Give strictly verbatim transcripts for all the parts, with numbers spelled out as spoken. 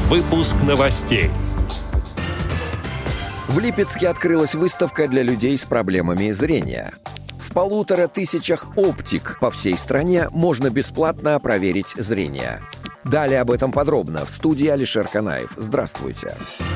Выпуск новостей. В Липецке открылась выставка для людей с проблемами зрения. В полутора тысячах оптик по всей стране можно бесплатно проверить зрение. Далее об этом подробно в студии Алишер Канаев. Здравствуйте.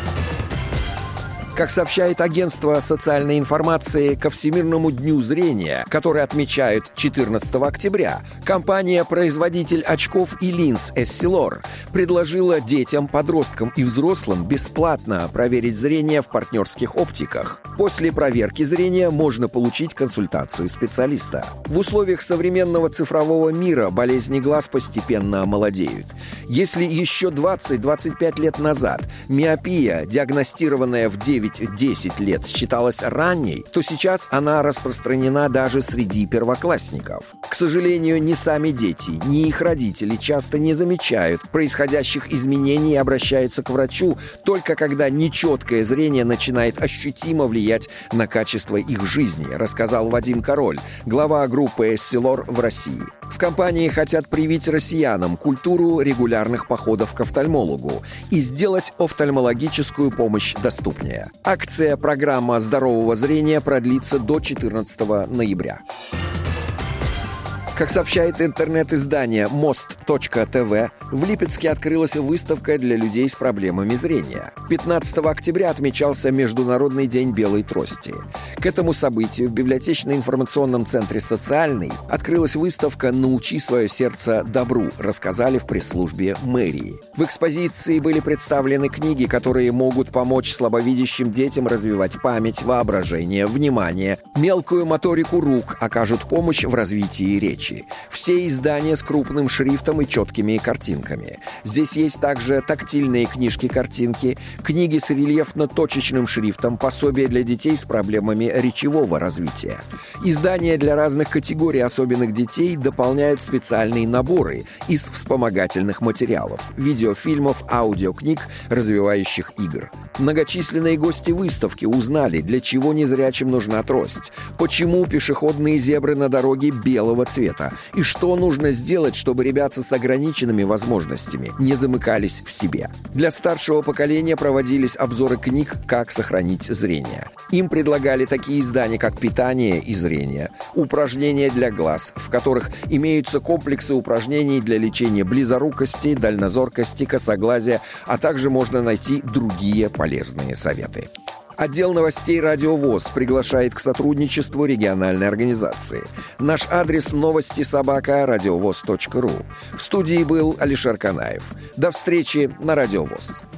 Как сообщает агентство социальной информации, ко Всемирному дню зрения, который отмечают четырнадцатого октября, компания-производитель очков и линз Essilor предложила детям, подросткам и взрослым бесплатно проверить зрение в партнерских оптиках. После проверки зрения можно получить консультацию специалиста. В условиях современного цифрового мира болезни глаз постепенно молодеют. Если еще двадцать-двадцать пять лет назад миопия, диагностированная в девять-десять лет, считалась ранней, то сейчас она распространена даже среди первоклассников. К сожалению, ни сами дети, ни их родители часто не замечают происходящих изменений и обращаются к врачу только когда нечеткое зрение начинает ощутимо влиять на качество их жизни, рассказал Вадим Король, глава группы Essilor в России. В компании хотят привить россиянам культуру регулярных походов к офтальмологу и сделать офтальмологическую помощь доступнее. Акция «Программа здорового зрения» продлится до четырнадцатого ноября. Как сообщает интернет-издание мост точка тэ вэ, в Липецке открылась выставка для людей с проблемами зрения. пятнадцатого октября отмечался Международный день белой трости. К этому событию в библиотечно-информационном центре «Социальный» открылась выставка «Научи свое сердце добру», рассказали в пресс-службе мэрии. В экспозиции были представлены книги, которые могут помочь слабовидящим детям развивать память, воображение, внимание, мелкую моторику рук, окажут помощь в развитии речи. Все издания с крупным шрифтом и четкими картинками. Здесь есть также тактильные книжки-картинки, книги с рельефно-точечным шрифтом, пособия для детей с проблемами речевого развития. Издания для разных категорий особенных детей дополняют специальные наборы из вспомогательных материалов, видеофильмов, аудиокниг, развивающих игр. Многочисленные гости выставки узнали, для чего незрячим нужна трость, почему пешеходные зебры на дороге белого цвета и что нужно сделать, чтобы ребята с ограниченными возможностями не замыкались в себе. Для старшего поколения проводились обзоры книг «Как сохранить зрение». Им предлагали такие издания, как «Питание и зрение», «Упражнения для глаз», в которых имеются комплексы упражнений для лечения близорукости, дальнозоркости, косоглазия, а также можно найти другие полезные советы. Отдел новостей «Радио ВОС» приглашает к сотрудничеству региональной организации. Наш адрес новости собака радиовоз точка ру. В студии был Алишер Канаев. До встречи на Радио ВОС.